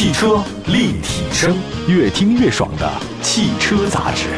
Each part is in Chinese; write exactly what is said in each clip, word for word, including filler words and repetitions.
汽车立体声，越听越爽的汽车杂志。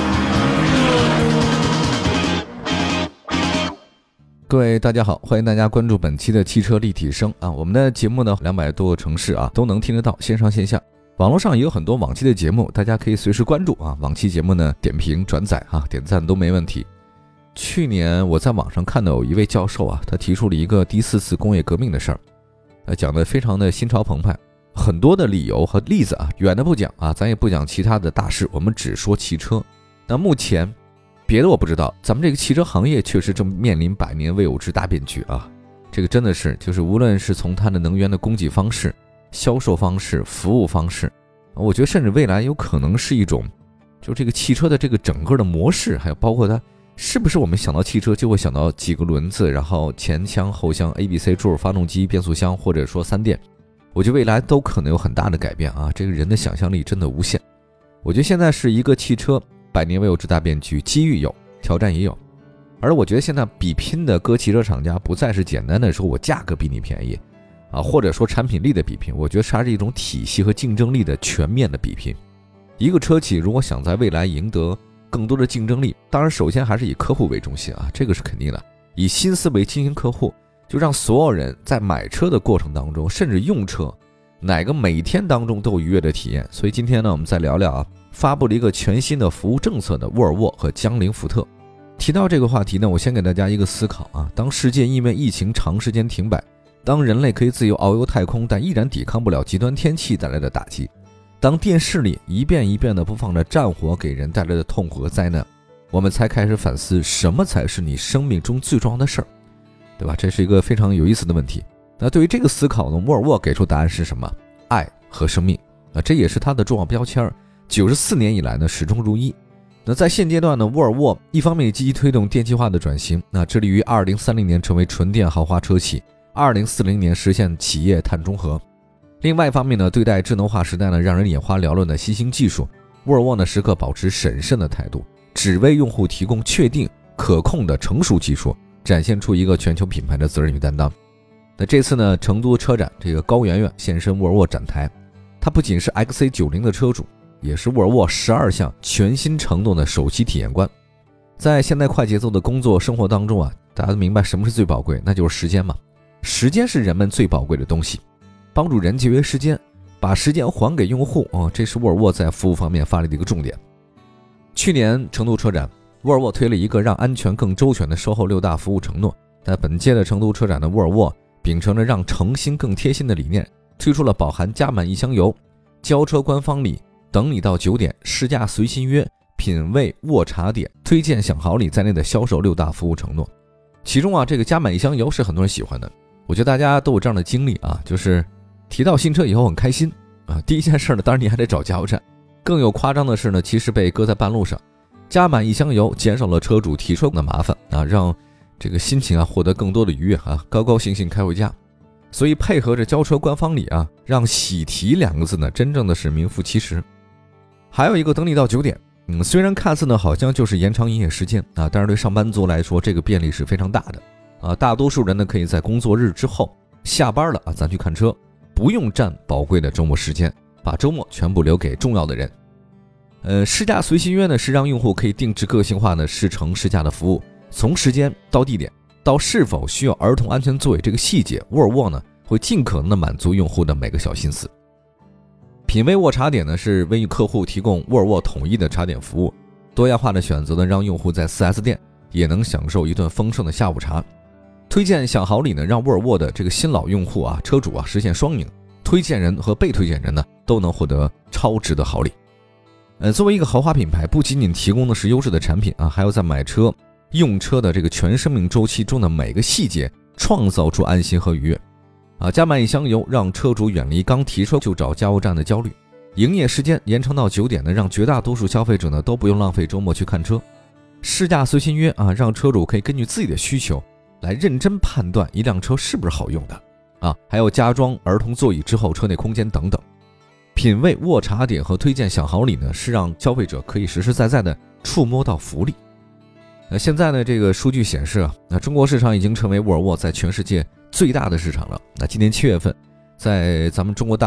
各位大家好，欢迎大家关注本期的汽车立体声啊！我们的节目呢，两百多个城市啊都能听得到，线上线下。网络上也有很多往期的节目，大家可以随时关注啊。往期节目呢，点评、转载啊、点赞都没问题。去年我在网上看到有一位教授啊，他提出了一个第四次工业革命的事儿，呃，讲得非常的心潮澎湃，很多的理由和例子啊，远的不讲啊，咱也不讲其他的大事，我们只说汽车。那目前别的我不知道，咱们这个汽车行业确实正面临百年未有之大变局啊！这个真的是，就是无论是从它的能源的供给方式、销售方式、服务方式，我觉得甚至未来有可能是一种，就这个汽车的这个整个的模式，还有包括它是不是我们想到汽车就会想到几个轮子，然后前箱、后箱、A B C 柱、发动机、变速箱，或者说三电，我觉得未来都可能有很大的改变啊！这个人的想象力真的无限。我觉得现在是一个汽车百年未有之大变局，机遇有，挑战也有。而我觉得现在比拼的各汽车厂家不再是简单的说我价格比你便宜啊，或者说产品力的比拼，我觉得它是一种体系和竞争力的全面的比拼。一个车企如果想在未来赢得更多的竞争力，当然首先还是以客户为中心啊，这个是肯定的，以新思维经营客户，就让所有人在买车的过程当中，甚至用车哪个每天当中都有愉悦的体验。所以今天呢，我们再聊聊啊，发布了一个全新的服务政策的沃尔沃和江铃福特。提到这个话题呢，我先给大家一个思考啊，当世界因为疫情长时间停摆，当人类可以自由遨游太空，但依然抵抗不了极端天气带来的打击，当电视里一遍一遍地播放着战火给人带来的痛苦和灾难，我们才开始反思什么才是你生命中最重要的事儿，对吧？这是一个非常有意思的问题。那对于这个思考呢，沃尔沃给出答案是什么？爱和生命啊，这也是它的重要标签。九十四年以来呢，始终如一。那在现阶段呢，沃尔沃一方面积极推动电气化的转型，那致力于二零三零年成为纯电豪华车企，二零四零年实现企业碳中和。另外一方面呢，对待智能化时代呢让人眼花缭乱的新兴技术，沃尔沃呢时刻保持审慎的态度，只为用户提供确定可控的成熟技术，展现出一个全球品牌的责任与担当。那这次呢，成都车展，这个高圆圆现身沃尔沃展台，他不仅是 X C 九十 的车主，也是沃尔沃十二项全新承诺的首席体验官。在现代快节奏的工作生活当中啊，大家都明白什么是最宝贵，那就是时间嘛。时间是人们最宝贵的东西，帮助人节约时间，把时间还给用户哦，这是沃尔沃在服务方面发力的一个重点。去年成都车展，沃尔沃推了一个让安全更周全的售后六大服务承诺。在本届的成都车展的沃尔沃秉承着让诚心更贴心的理念，推出了饱含加满一箱油、交车官方礼、等你到九点、试驾随心约、品味沃茶点、推荐享好礼在内的销售六大服务承诺。其中啊，这个加满一箱油是很多人喜欢的，我觉得大家都有这样的经历啊，就是提到新车以后很开心啊，第一件事呢，当然你还得找加油站。更有夸张的是呢，其实被搁在半路上，加满一箱油减少了车主提车的麻烦啊，让这个心情啊获得更多的愉悦啊，高高兴兴开回家。所以配合着交车官方礼啊，让喜提两个字呢真正的是名副其实。还有一个等你到九点，嗯，虽然看似呢好像就是延长营业时间啊，但是对上班族来说这个便利是非常大的啊，大多数人呢可以在工作日之后下班了啊，咱去看车，不用占宝贵的周末时间，把周末全部留给重要的人。呃，试驾随心约呢是让用户可以定制个性化的试乘试驾的服务，从时间到地点到是否需要儿童安全座椅这个细节，沃尔沃呢会尽可能的满足用户的每个小心思。品味沃茶点呢是为客户提供沃尔沃统一的茶点服务，多样化的选择呢让用户在 四 S 店也能享受一顿丰盛的下午茶。推荐享好礼呢让沃尔沃的这个新老用户啊车主啊实现双赢，推荐人和被推荐人呢都能获得超值的好礼。呃，作为一个豪华品牌，不仅仅提供的是优质的产品啊，还要在买车用车的这个全生命周期中的每个细节创造出安心和愉悦啊！加满一箱油让车主远离刚提车就找加油站的焦虑，营业时间延长到九点呢，让绝大多数消费者呢都不用浪费周末去看车。试驾随心约啊，让车主可以根据自己的需求来认真判断一辆车是不是好用的啊！还有加装儿童座椅之后车内空间等等。品味沃茶点和推荐享好礼呢，是让消费者可以实实在在的触摸到福利。那现在呢，这个数据显示啊，那中国市场已经成为沃尔沃在全世界最大的市场了。那今年七月份，在咱们中国大陆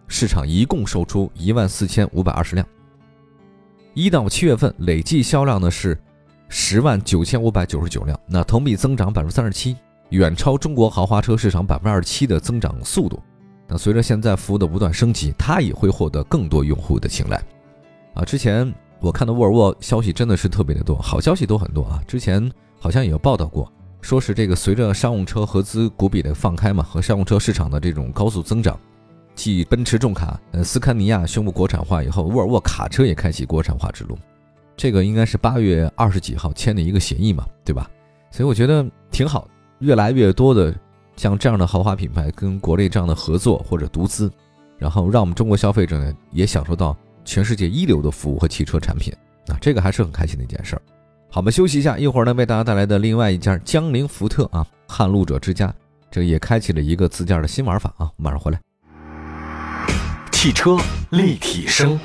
市场一共售出一万四千五百二十辆。一到七月份累计销量呢是十万九千五百九十九辆，那同比增长百分之三十七，远超中国豪华车市场百分之二十七的增长速度。那随着现在服务的不断升级，它也会获得更多用户的青睐。啊，之前我看到沃尔沃消息真的是特别的多，好消息都很多啊。之前好像也有报道过，说是这个随着商用车合资股比的放开嘛，和商用车市场的这种高速增长，继奔驰重卡、呃斯堪尼亚宣布国产化以后，沃尔沃卡车也开启国产化之路。这个应该是八月二十几号签的一个协议嘛，对吧？所以我觉得挺好，越来越多的像这样的豪华品牌跟国内这样的合作或者独资，然后让我们中国消费者呢也享受到全世界一流的服务和汽车产品啊，这个还是很开心的一件事儿。好，我们休息一下，一会儿呢为大家带来的另外一家江铃福特啊，撼路者之家，这个也开启了一个自驾的新玩法啊，马上回来。 汽车立体声，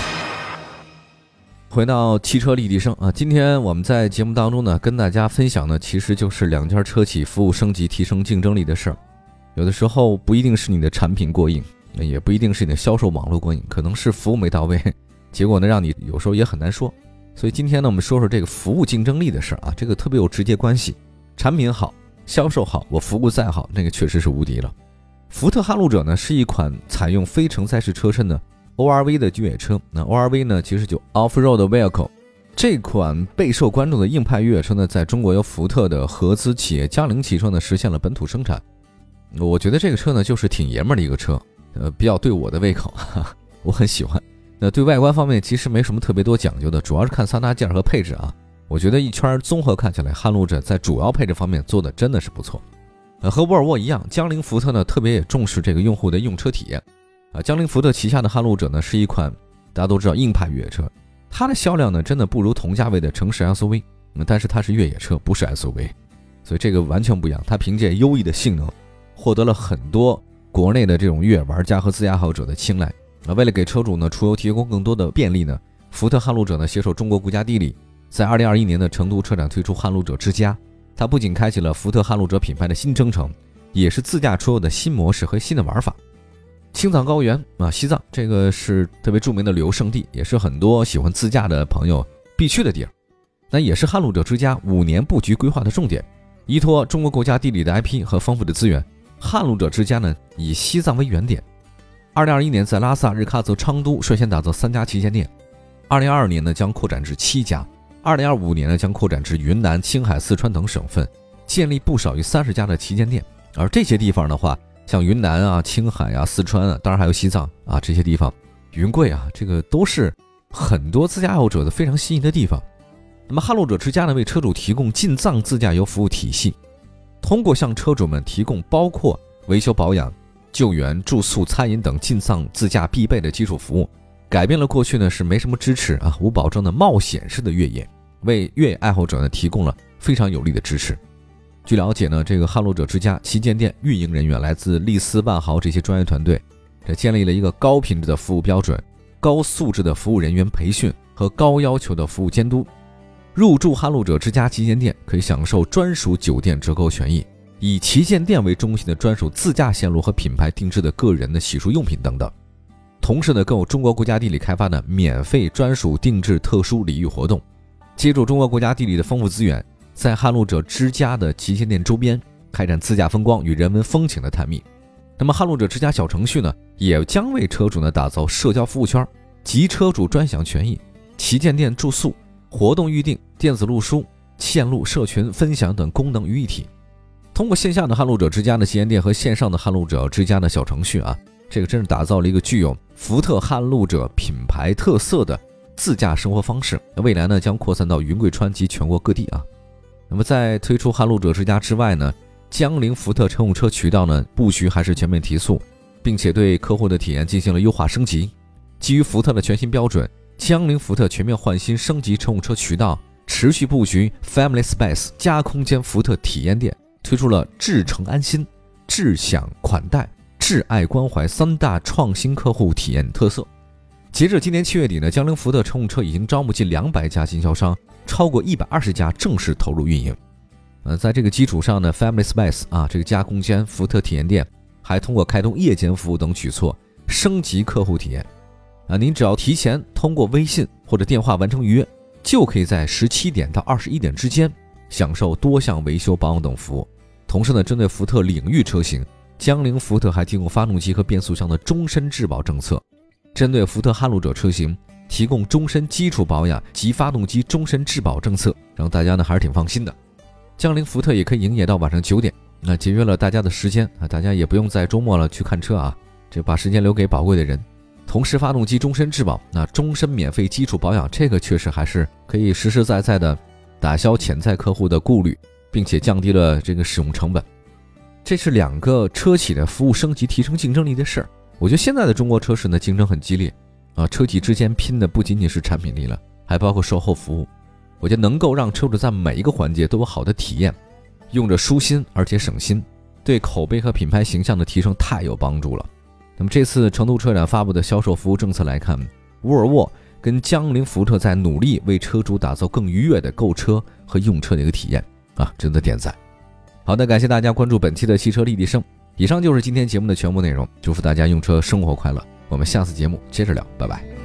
回到汽车立体声啊，今天我们在节目当中呢跟大家分享的其实就是两家车企服务升级提升竞争力的事儿。有的时候不一定是你的产品过硬，也不一定是你的销售网络过硬，可能是服务没到位，结果呢让你有时候也很难说。所以今天呢我们说说这个服务竞争力的事儿啊，这个特别有直接关系。产品好，销售好，我服务再好，那个确实是无敌了。福特撼路者呢是一款采用非承载式车身的 O R V 的越野车，那 O R V 呢其实就 Off-Road Vehicle。 这款备受关注的硬派越野车呢，在中国由福特的合资企业江铃汽车呢实现了本土生产。我觉得这个车呢就是挺爷们儿的一个车，呃，比较对我的胃口，哈哈，我很喜欢。那对外观方面其实没什么特别多讲究的，主要是看三大件和配置啊。我觉得一圈综合看起来，撼路者在主要配置方面做的真的是不错。呃，和沃尔沃一样，江铃福特呢特别也重视这个用户的用车体验。啊，江铃福特旗下的撼路者呢是一款大家都知道硬派越野车，它的销量呢真的不如同价位的城市 S U V，嗯，但是它是越野车，不是 S U V， 所以这个完全不一样。它凭借优异的性能，获得了很多国内的这种越野玩家和自驾爱好者的青睐。啊，为了给车主呢出游提供更多的便利呢，福特撼路者呢携手中国国家地理，在二零二一年的成都车展推出撼路者之家。它不仅开启了福特撼路者品牌的新征程，也是自驾出游的新模式和新的玩法。青藏高原啊，西藏这个是特别著名的旅游胜地，也是很多喜欢自驾的朋友必去的地儿。那也是撼路者之家五年布局规划的重点。依托中国国家地理的 I P 和丰富的资源，撼路者之家呢以西藏为原点。二零二一年在拉萨、日喀则、昌都率先打造三家旗舰店，二零二二年呢将扩展至七家，二零二五年呢将扩展至云南、青海、四川等省份，建立不少于三十家的旗舰店。而这些地方的话，像云南啊、青海啊、四川啊，当然还有西藏啊，这些地方，云贵啊，这个都是很多自驾爱好者的非常心仪的地方。那么撼路者之家呢，为车主提供进藏自驾游服务体系，通过向车主们提供包括维修保养、救援、住宿、餐饮等进藏自驾必备的基础服务，改变了过去呢是没什么支持啊、无保证的冒险式的越野，为越野爱好者呢提供了非常有力的支持。据了解呢，这个撼路者之家旗舰店运营人员来自利斯、万豪这些专业团队，这建立了一个高品质的服务标准、高素质的服务人员培训和高要求的服务监督。入住撼路者之家旗舰店可以享受专属酒店折扣权益，以旗舰店为中心的专属自驾线路和品牌定制的个人的洗漱用品等等。同时呢，更有中国国家地理开发的免费专属定制特殊礼遇活动。借助中国国家地理的丰富资源，在撼路者之家的旗舰店周边开展自驾风光与人文风情的探秘。那么撼路者之家小程序呢，也将为车主呢打造社交服务圈及车主专享权益、旗舰店住宿、活动预订、电子路书、线路社群分享等功能于一体。通过线下的撼路者之家的旗舰店和线上的撼路者之家的小程序啊，这个真是打造了一个具有福特撼路者品牌特色的自驾生活方式。未来呢将扩散到云贵川及全国各地啊。那么在推出撼路者之家之外呢，江铃福特乘用车渠道呢布局还是全面提速，并且对客户的体验进行了优化升级。基于福特的全新标准，江铃福特全面换新升级乘用车渠道，持续布局 Family Space 加空间福特体验店，推出了智诚安心、智享款待、挚爱关怀三大创新客户体验特色。截至今年七月底呢，江铃福特乘用车已经招募近两百家经销商，超过一百二十家正式投入运营。呃，在这个基础上呢 ，Family Space 啊，这个加空间福特体验店还通过开通夜间服务等举措， 升级客户体验啊，您只要提前通过微信或者电话完成预约，就可以在十七点到二十一点之间享受多项维修保养等服务。同时呢，针对福特领域车型，江铃福特还提供发动机和变速箱的终身质保政策。针对福特撼路者车型，提供终身基础保养及发动机终身质保政策，让大家呢还是挺放心的。江铃福特也可以营业到晚上九点，那节约了大家的时间啊，大家也不用在周末了去看车啊，这把时间留给宝贵的人。同时发动机终身质保，那终身免费基础保养，这个确实还是可以实实在在的打消潜在客户的顾虑，并且降低了这个使用成本。这是两个车企的服务升级提升竞争力的事儿。我觉得现在的中国车市呢竞争很激烈啊，车企之间拼的不仅仅是产品力了，还包括售后服务。我觉得能够让车主在每一个环节都有好的体验，用着舒心而且省心，对口碑和品牌形象的提升太有帮助了。那么这次成都车展发布的销售服务政策来看，沃尔沃跟江铃福特在努力为车主打造更愉悦的购车和用车的一个体验啊，值得点赞。好的，感谢大家关注本期的汽车立体声。以上就是今天节目的全部内容，祝福大家用车生活快乐，我们下次节目接着聊，拜拜。